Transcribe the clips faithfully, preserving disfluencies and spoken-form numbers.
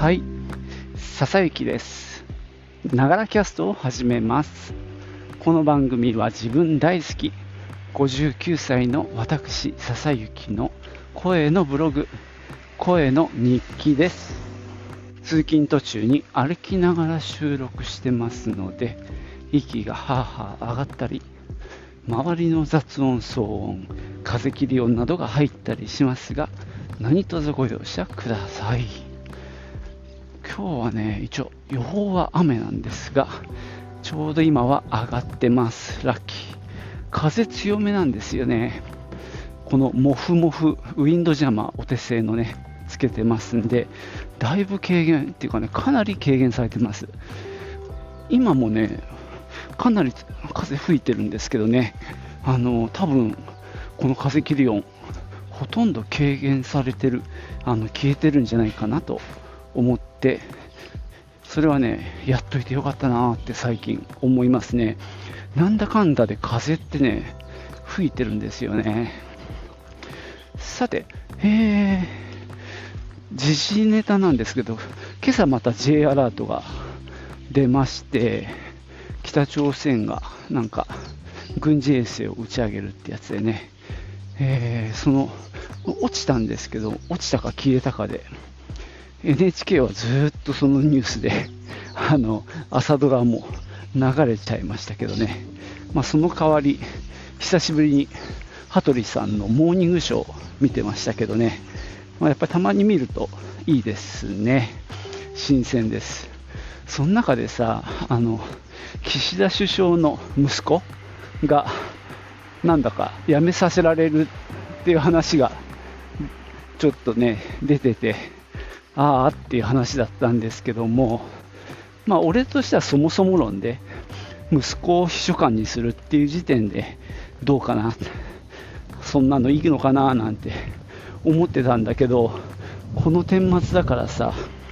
はい、笹雪です。ながらキャストを始めます。この番組は自分大好きごじゅうきゅうさいの私笹雪の声のブログ、声の日記です。通勤途中に歩きながら収録してますので、息がハーハー上がったり、周りの雑音、騒音、風切り音などが入ったりしますが、何卒ご容赦ください。今日はね、一応予報は雨なんですが、ちょうど今は上がってます。ラッキー。風強めなんですよね。このモフモフウィンドジャマーお手製のねつけてますんで、だいぶ軽減っていうかね、かなり軽減されてます。今もねかなり風吹いてるんですけどね、あの多分この風切り音ほとんど軽減されてる、あの消えてるんじゃないかなと思って、それはねやっといてよかったなって最近思いますね。なんだかんだで風ってね吹いてるんですよね。さて、えー、時事ネタなんですけど、今朝また J アラートが出まして、北朝鮮がなんか軍事衛星を打ち上げるってやつでね、えー、その落ちたんですけど、落ちたか消えたかで エヌエイチケー はずっとそのニュースであの朝ドラも流れちゃいましたけどね、まあ、その代わり久しぶりに羽鳥さんのモーニングショー見てましたけどね、まあ、やっぱりたまに見るといいですね。新鮮です。その中でさ、あの岸田首相の息子がなんだか辞めさせられるっていう話がちょっとね出てて、ああっていう話だったんですけども、まあ俺としてはそもそも論で息子を秘書官にするっていう時点でどうかな、そんなのいいのかななんて思ってたんだけど、この顛末だからさ、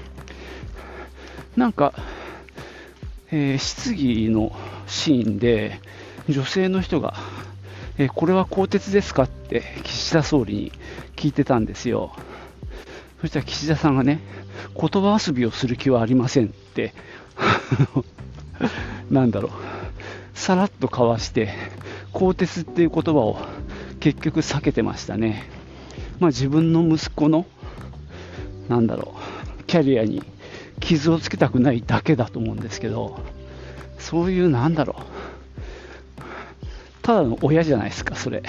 なんか、えー、質疑のシーンで女性の人が、えー、これは更迭ですかって岸田総理に聞いてたんですよ。そしたら岸田さんがね、言葉遊びをする気はありませんってなんだろう、さらっとかわして更迭っていう言葉を結局避けてましたね。まあ自分の息子のなんだろうキャリアに傷をつけたくないだけだと思うんですけど、そういうなんだろうただの親じゃないですかそれ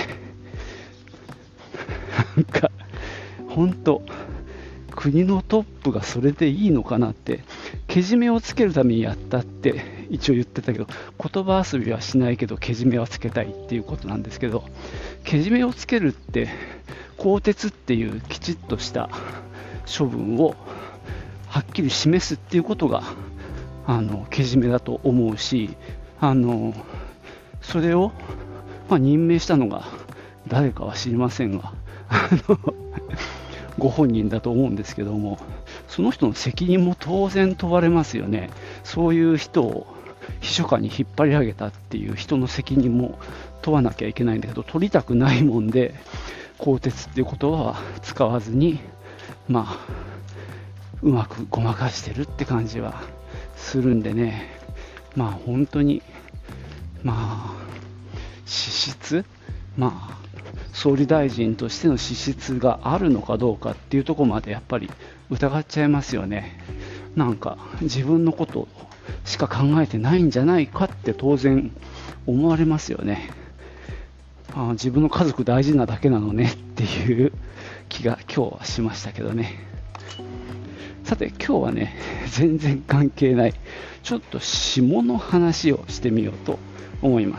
なんか本当国のトップがそれでいいのかなって、けじめをつけるためにやったって一応言ってたけど、言葉遊びはしないけどけじめはつけたいっていうことなんですけど、けじめをつけるって更迭っていうきちっとした処分をはっきり示すっていうことがあのけじめだと思うし、あのそれを、まあ、任命したのが誰かは知りませんがあのご本人だと思うんですけども、その人の責任も当然問われますよね。そういう人を秘書官に引っ張り上げたっていう人の責任も問わなきゃいけないんだけど、取りたくないもんで更迭っていう言葉は使わずに、まあうまくごまかしてるって感じはするんでね、まあ本当にまあ資質、まあ総理大臣としての資質があるのかどうかっていうところまでやっぱり疑っちゃいますよね。なんか自分のことしか考えてないんじゃないかって当然思われますよね。あ、自分の家族大事なだけなのねっていう気が今日はしましたけどね。さて今日はね全然関係ないちょっと下の話をしてみようと思います。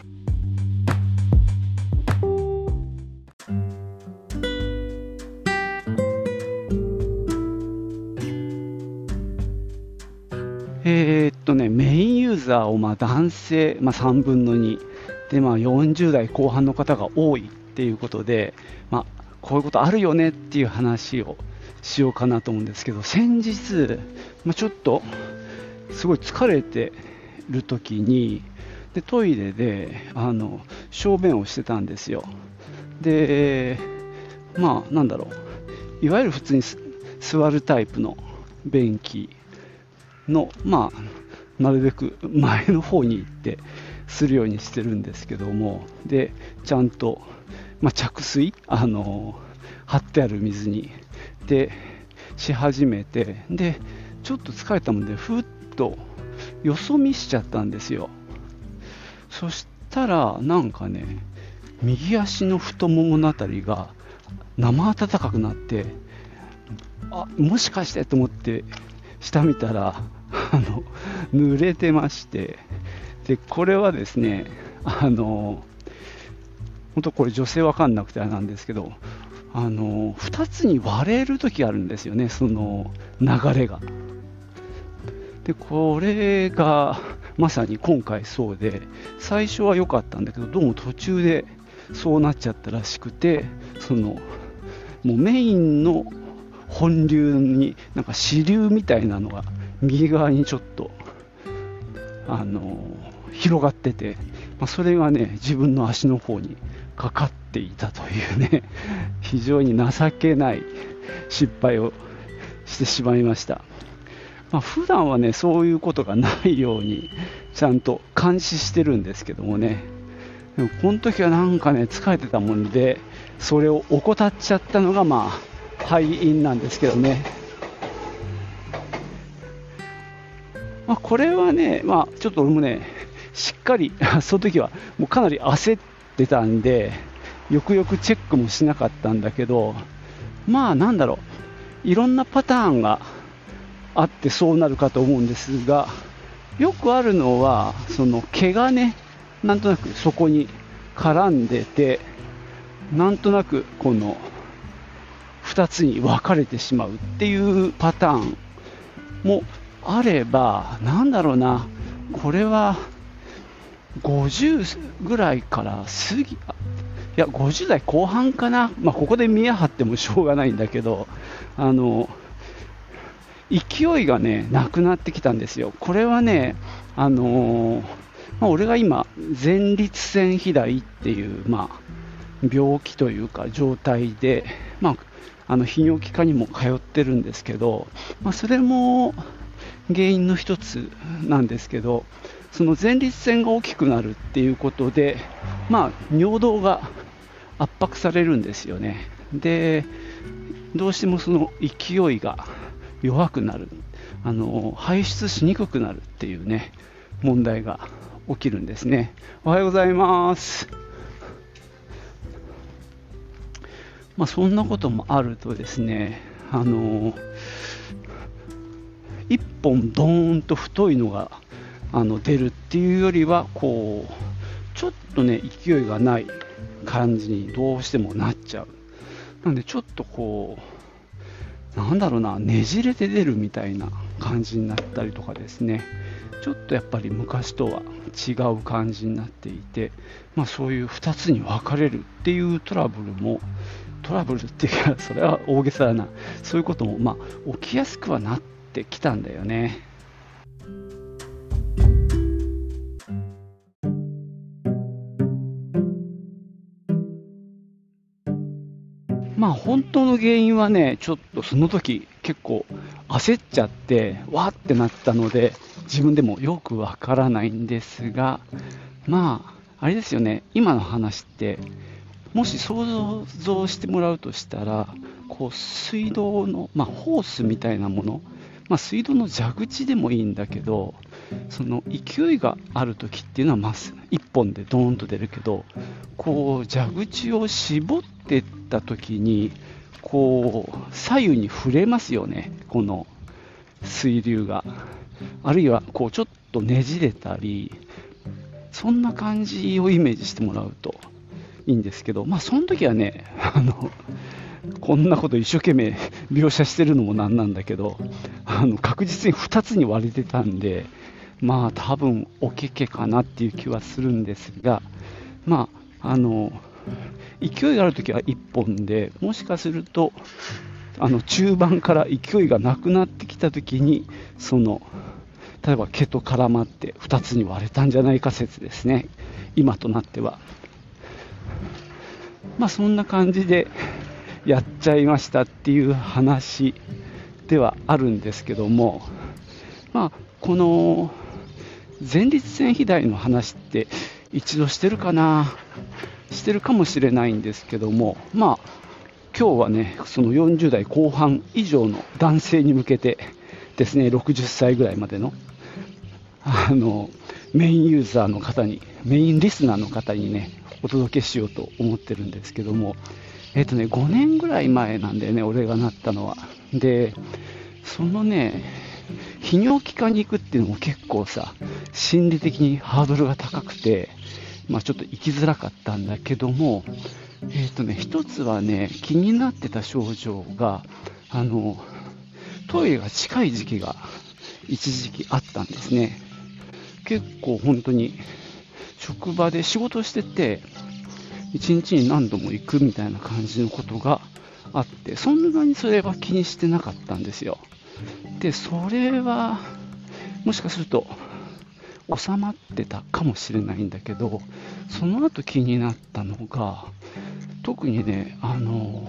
えーっとね、メインユーザーをまあ男性、まあ、さんぶんのにで、まあ、よんじゅう代後半の方が多いっていうことで、まあ、こういうことあるよねっていう話をしようかなと思うんですけど、先日、まあ、ちょっとすごい疲れてる時にでトイレであの小便をしてたんですよ。でまあなんだろう、いわゆる普通に座るタイプの便器の、まあ、なるべく前の方に行ってするようにしてるんですけども、でちゃんと、まあ、着水あの張ってある水にでし始めて、でちょっと疲れたもんでふっとよそ見しちゃったんですよ。そしたらなんかね、右足の太もものあたりが生暖かくなって、あ、もしかしてと思って下見たらあの濡れてまして、でこれはですね、あの本当これ女性わかんなくてあれなんですけど、あのふたつに割れる時があるんですよね、その流れが。でこれがまさに今回そうで、最初は良かったんだけど、どうも途中でそうなっちゃったらしくて、そのもうメインの本流になんか支流みたいなのが右側にちょっとあの広がってて、まあ、それがね自分の足の方にかかっていたというね、非常に情けない失敗をしてしまいました。まあ、普段はねそういうことがないようにちゃんと監視してるんですけどもね、でもこの時はなんかね疲れてたもんで、それを怠っちゃったのがまあ敗因なんですけどね。まあ、これはね、まあ、ちょっと俺もねしっかりその時はもうかなり焦ってたんでよくよくチェックもしなかったんだけど、まあなんだろう、いろんなパターンがあってそうなるかと思うんですが、よくあるのはその毛がねなんとなくそこに絡んでて、なんとなくこのふたつに分かれてしまうっていうパターンもあれば、なんだろうな、これはごじゅうぐらいから過ぎ、いやごじゅう代後半かな、まあ、ここで見え張ってもしょうがないんだけど、あの勢いがねなくなってきたんですよ。これはね、あのまあ、俺が今前立腺肥大っていう、まあ、病気というか状態で、まあ、あの泌尿器科にも通ってるんですけど、まあ、それも原因の一つなんですけど、その前立腺が大きくなるっていうことで、まあ、尿道が圧迫されるんですよね。でどうしてもその勢いが弱くなる、あの排出しにくくなるっていうね問題が起きるんですね。おはようございます。まあ、そんなこともあるとですね、あの一本ドーンと太いのがあの出るっていうよりは、こうちょっとね勢いがない感じにどうしてもなっちゃう。なんでちょっとこうなんだろうな、ねじれて出るみたいな感じになったりとかですね、ちょっとやっぱり昔とは違う感じになっていて、まあ、そういうふたつに分かれるっていうトラブルもトラブルっていうかそれは大げさだな、そういうこともまあ起きやすくはなってきたんだよね。まあ本当の原因はね、ちょっとその時結構焦っちゃってわーってなったので自分でもよくわからないんですが、まああれですよね、今の話ってもし想像してもらうとしたら、こう水道の、まあ、ホースみたいなもの、まあ、水道の蛇口でもいいんだけど、その勢いがある時っていうのはまずいっぽんでドーンと出るけど、こう蛇口を絞っていった時にこう左右に触れますよね、この水流が。あるいはこうちょっとねじれたり、そんな感じをイメージしてもらうといいんですけど、まあその時はね、あのこんなこと一生懸命描写してるのもなんなんだけど、あの確実にふたつに割れてたんで、まあ多分おけけかなっていう気はするんですが、まああの勢いがあるときはいっぽんで、もしかするとあの中盤から勢いがなくなってきたときに、その例えば毛と絡まってふたつに割れたんじゃないか説ですね、今となっては。まあそんな感じでやっちゃいましたっていう話ではあるんですけども、まあ、この前立腺肥大の話って一度してるかな、してるかもしれないんですけども、まあ、今日はね、そのよんじゅう代後半以上の男性に向けてですね、ろくじゅっさいぐらいまでの、あのメインユーザーの方に、メインリスナーの方にね、お届けしようと思ってるんですけども、えっとね、ごねんぐらい前なんだよね、俺がなったのは。で、そのね、泌尿器科に行くっていうのも結構さ、心理的にハードルが高くて、まあ、ちょっと行きづらかったんだけども、えっとね、一つはね、気になってた症状が、あの、トイレが近い時期が一時期あったんですね。結構本当に職場で仕事してて、一日に何度も行くみたいな感じのことがあって、そんなにそれは気にしてなかったんですよ。で、それはもしかすると収まってたかもしれないんだけど、その後気になったのが、特にね、あの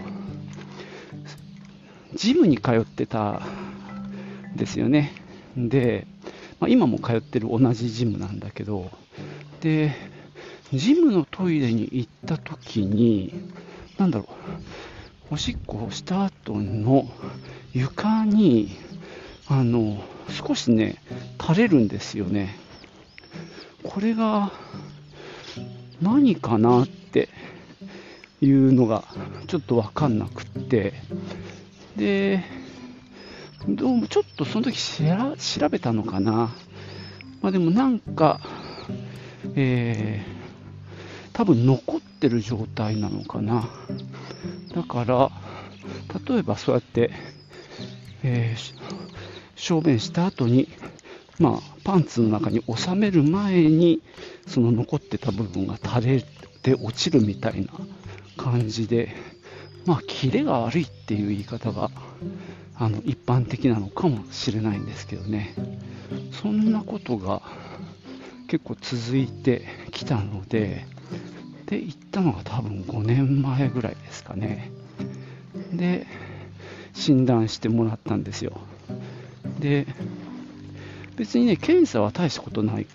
ジムに通ってたんですよね。で、まあ、今も通ってる同じジムなんだけど、で、ジムのトイレに行った時に、なんだろう、おしっこをした後の床に、あの、少しね、垂れるんですよね。これが何かなっていうのがちょっとわかんなくって、で、どうもちょっとその時しら調べたのかな。まあでもなんか、えー、多分残ってる状態なのかな。だから、例えばそうやって、えー、小便した後に、まあ、パンツの中に収める前に、その残ってた部分が垂れて落ちるみたいな感じで、まあ、キレが悪いっていう言い方があの一般的なのかもしれないんですけどね。そんなことが結構続いてきたので、で、行ったのが多分ごねんまえぐらいですかね。で、診断してもらったんですよ。で、別にね、検査は大したことなくって、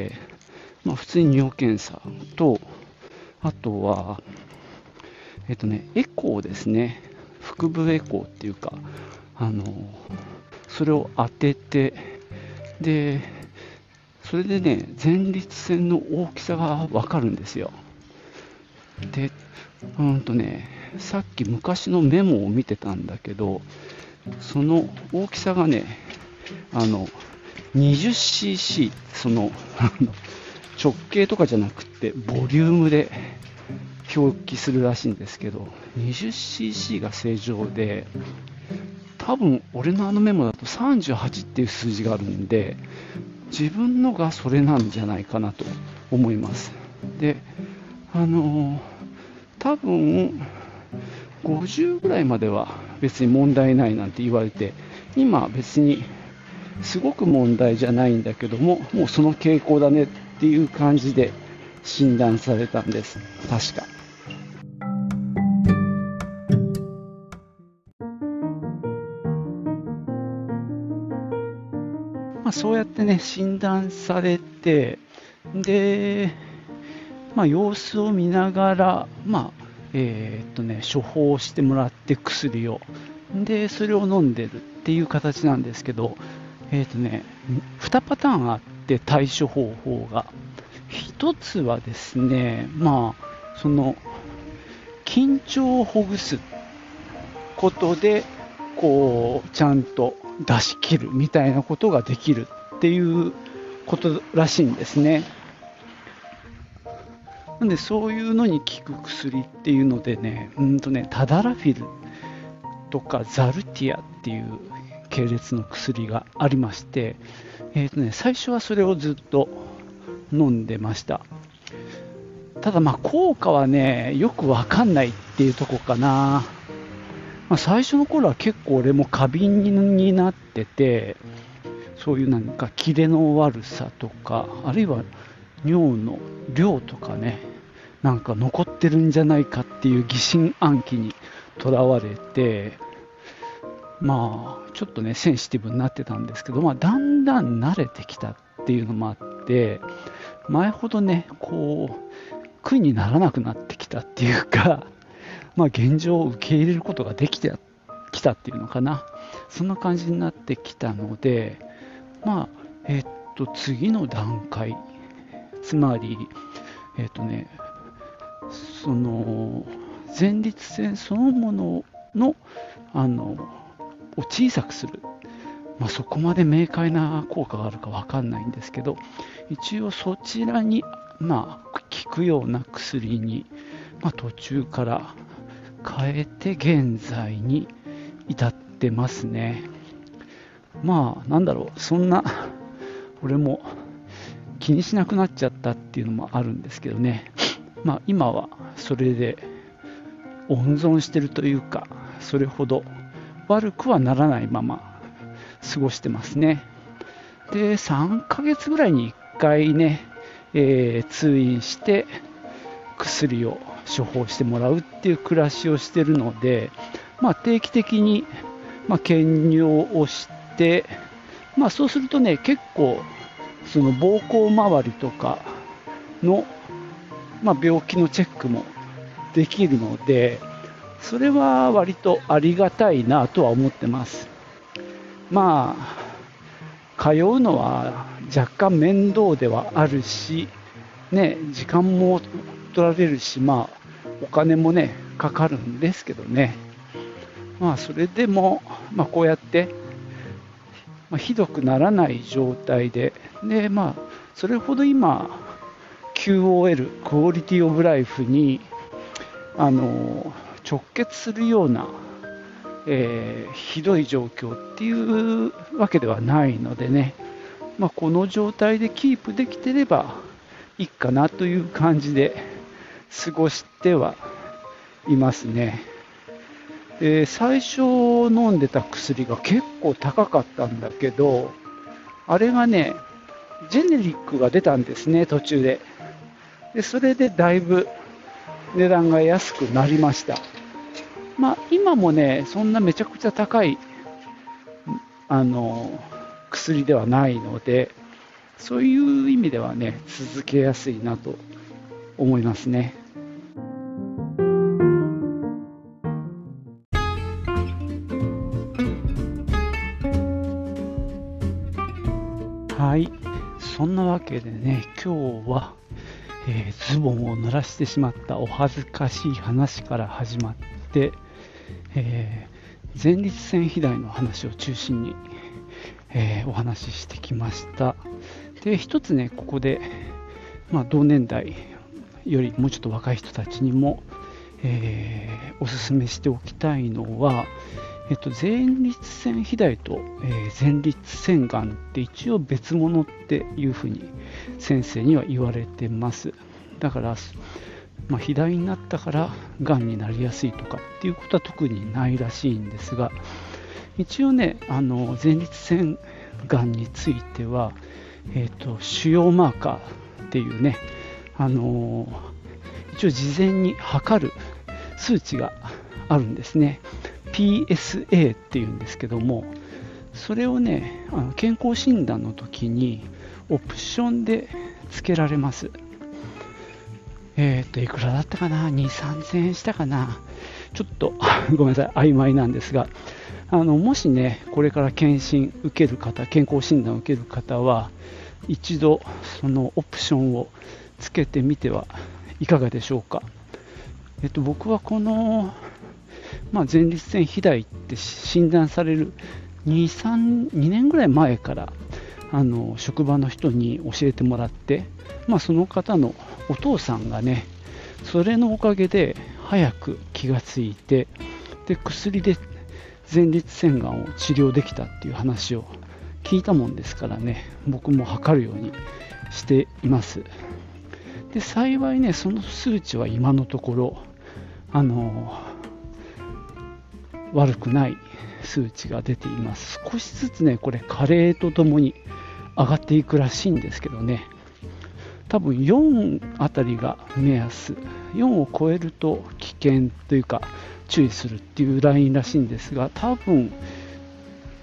まあ、普通に尿検査と、あとは、えっとね、エコーですね。腹部エコーっていうか、あの、それを当てて、で、それでね、前立腺の大きさがわかるんですよ。で、うんとね、さっき昔のメモを見てたんだけど、その大きさがね、あの、にじゅっシーシー、その、直径とかじゃなくて、ボリュームで表記するらしいんですけど、にじゅっシーシー が正常で、多分俺のあのメモだとさんじゅうはちっていう数字があるんで、自分のがそれなんじゃないかなと思います。で、あのー、多分ごじゅうぐらいまでは別に問題ないなんて言われて、今別にすごく問題じゃないんだけども、もうその傾向だねっていう感じで診断されたんです。確か。まあ、そうやってね、診断されて、で、まあ、様子を見ながら、まあ、えーっとね、処方してもらって薬を、で、それを飲んでるっていう形なんですけど、えーっとね、にパターンあって対処方法が。一つはですね、まあ、その、緊張をほぐすことで、こう、ちゃんと出し切るみたいなことができるっていうことらしいんですね。なんでそういうのに効く薬っていうのでね、うんとね、タダラフィルとかザルティアっていう系列の薬がありまして、えーとね、最初はそれをずっと飲んでました。ただまあ効果はね、よくわかんないっていうとこかな。まあ、最初の頃は結構俺も過敏になってて、そういうなんかキレの悪さとか、あるいは尿の量とかね、なんか残ってるんじゃないかっていう疑心暗鬼にとらわれて、 まあちょっとねセンシティブになってたんですけど、まあ、だんだん慣れてきたっていうのもあって、前ほどねこう苦にならなくなってきたっていうか、まあ現状を受け入れることができてきたっていうのかな、そんな感じになってきたので、まあえっと次の段階、つまりえっとねその前立腺そのもののあのを小さくする、まあ、そこまで明快な効果があるか分かんないんですけど、一応そちらに、まあ、効くような薬に、まあ、途中から変えて現在に至ってますね。まあなんだろう、そんな俺も気にしなくなっちゃったっていうのもあるんですけどね、まあ今はそれで温存してるというか、それほど悪くはならないまま過ごしてますね。でさんかげつぐらいにいっかいね、えー通院して薬を処方してもらうっていう暮らしをしてるので、まあ、定期的に、まあ、検尿をして、まあ、そうするとね結構その膀胱周りとかの、まあ、病気のチェックもできるので、それは割とありがたいなとは思ってます。まあ通うのは若干面倒ではあるし、ね、時間も取られるし、まあお金もねかかるんですけどね、まあそれでも、まあ、こうやって、まあ、ひどくならない状態で、でまあそれほど今 キューオーエル クオリティオブライフにあの直結するような、えーひどい状況っていうわけではないのでね、まあ、この状態でキープできてればいいかなという感じで過ごしてはいますね。で最初飲んでた薬が結構高かったんだけど、あれがねジェネリックが出たんですね途中で。でそれでだいぶ値段が安くなりました。まあ今もねそんなめちゃくちゃ高いあの薬ではないので、そういう意味ではね続けやすいなと思いますね。はい、そんなわけでね今日は、えーズボンを濡らしてしまったお恥ずかしい話から始まって、えー前立腺肥大の話を中心に、えーお話ししてきました。で一つねここで、まあ、同年代よりもうちょっと若い人たちにも、えーおすすめしておきたいのは、えっと、前立腺肥大と、えー前立腺がんって一応別物っていうふうに先生には言われてます。だから、まあ、肥大になったからがんになりやすいとかっていうことは特にないらしいんですが、一応ねあの前立腺がんについては、えーと、腫瘍マーカーっていうね、あのー一応事前に測る数値があるんですね。 ピーエスエー っていうんですけども、それをねあの健康診断の時にオプションで付けられます。えっ、といくらだったかな、にせんさんぜんえんしたかな、ちょっとごめんなさい曖昧なんですが、あのもしねこれから検診受ける方、健康診断を受ける方は一度そのオプションをつけてみてはいかがでしょうか。えっと僕はこの、まあ、前立腺肥大って診断されるに、さん、にねんぐらい前からあの職場の人に教えてもらって、まあ、その方のお父さんがねそれのおかげで早く気がついて、で薬で前立腺がんを治療できたっていう話を聞いたもんですからね、僕も測るようにしています。で幸いねその数値は今のところあの悪くない数値が出ています。少しずつねこれ加齢とともに上がっていくらしいんですけどね、多分よんあたりが目安、よんを超えると危険というか注意するっていうラインらしいんですが、多分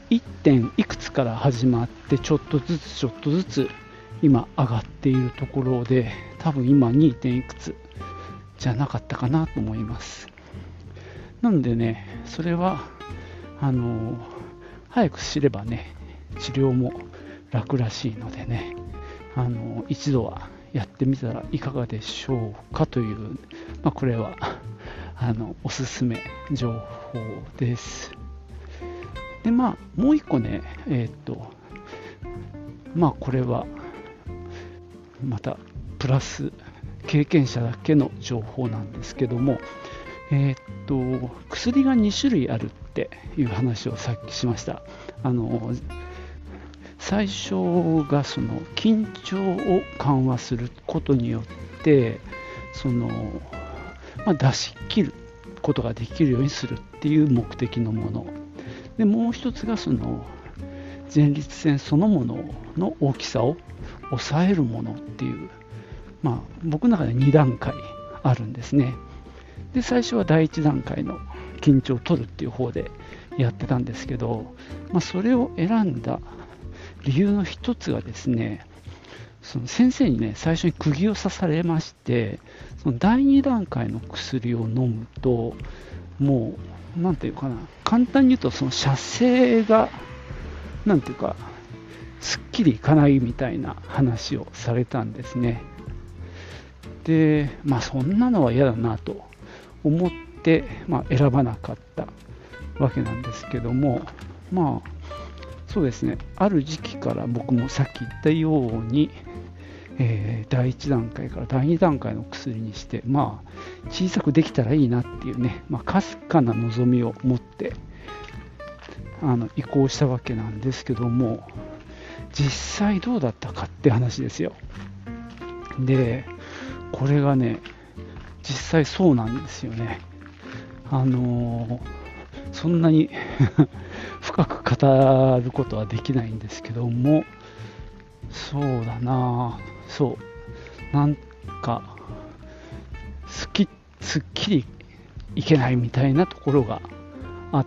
いってんいくつから始まってちょっとずつちょっとずつ今上がっているところで、多分今 に. 点いくつじゃなかったかなと思います。なのでね、それはあの早く知ればね、治療も楽らしいのでね、あの一度はやってみたらいかがでしょうかという、まあ、これはあのおすすめ情報です。でまあもう一個ね、えー、っとまあこれはまたプラス経験者だけの情報なんですけども、えー、っと薬がに種類あるっていう話をさっきしました。あの最初がその緊張を緩和することによってその、まあ、出し切ることができるようにするっていう目的のもので、もう一つがその前立腺そのものの大きさを抑えるものっていう、まあ、僕の中でに段階あるんですね。で最初はだいいち段階の緊張を取るっていう方でやってたんですけど、まあ、それを選んだ理由の一つがですね、その先生にね最初に釘を刺されまして、そのだいに段階の薬を飲むともうなんていうかな、簡単に言うとその射精がなんていうかすっきりいかないみたいな話をされたんですね。でまあそんなのは嫌だなと思って、まあ、選ばなかったわけなんですけども、まあそうですね、ある時期から僕もさっき言ったように、えー、だいいち段階からだいに段階の薬にして、まあ、小さくできたらいいなっていうね、まあ、かすかな望みを持ってあの移行したわけなんですけども、実際どうだったかって話ですよ。で、これがね、実際そうなんですよね。あのー、そんなに深く語ることはできないんですけども、そうだなそうなんかすっきすっきりいけないみたいなところがあって、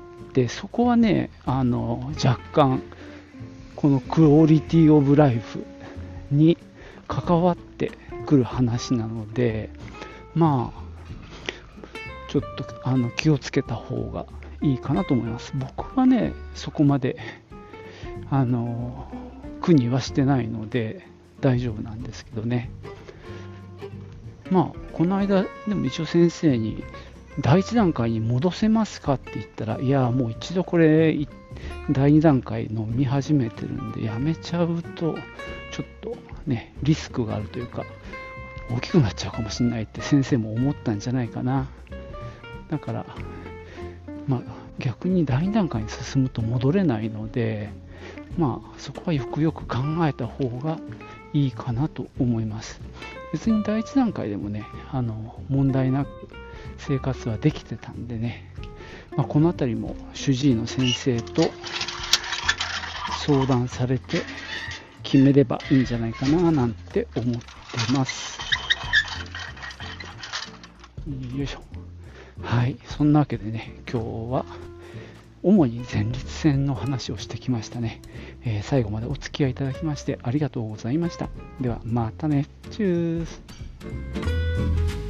そこはねあの若干このクオリティオブライフに関わってくる話なので、まあちょっとあの気をつけた方がいいかなと思います。僕はねそこまであの苦にはしてないので大丈夫なんですけどね。まあこの間でも一応先生にだいいち段階に戻せますかって言ったら、いやもう一度これだいに段階飲み始めてるんでやめちゃうとちょっとねリスクがあるというか大きくなっちゃうかもしれないって先生も思ったんじゃないかな。だからまあ逆にだいに段階に進むと戻れないので、まあそこはよくよく考えた方がいいかなと思います。別にだいいち段階でもねあの問題なく生活はできてたんでね、まあ、このあたりも主治医の先生と相談されて決めればいいんじゃないかななんて思ってます。よいしょ。はい、そんなわけでね今日は主に前立腺の話をしてきましたね。えー、最後までお付き合いいただきましてありがとうございました。ではまたね。チュース。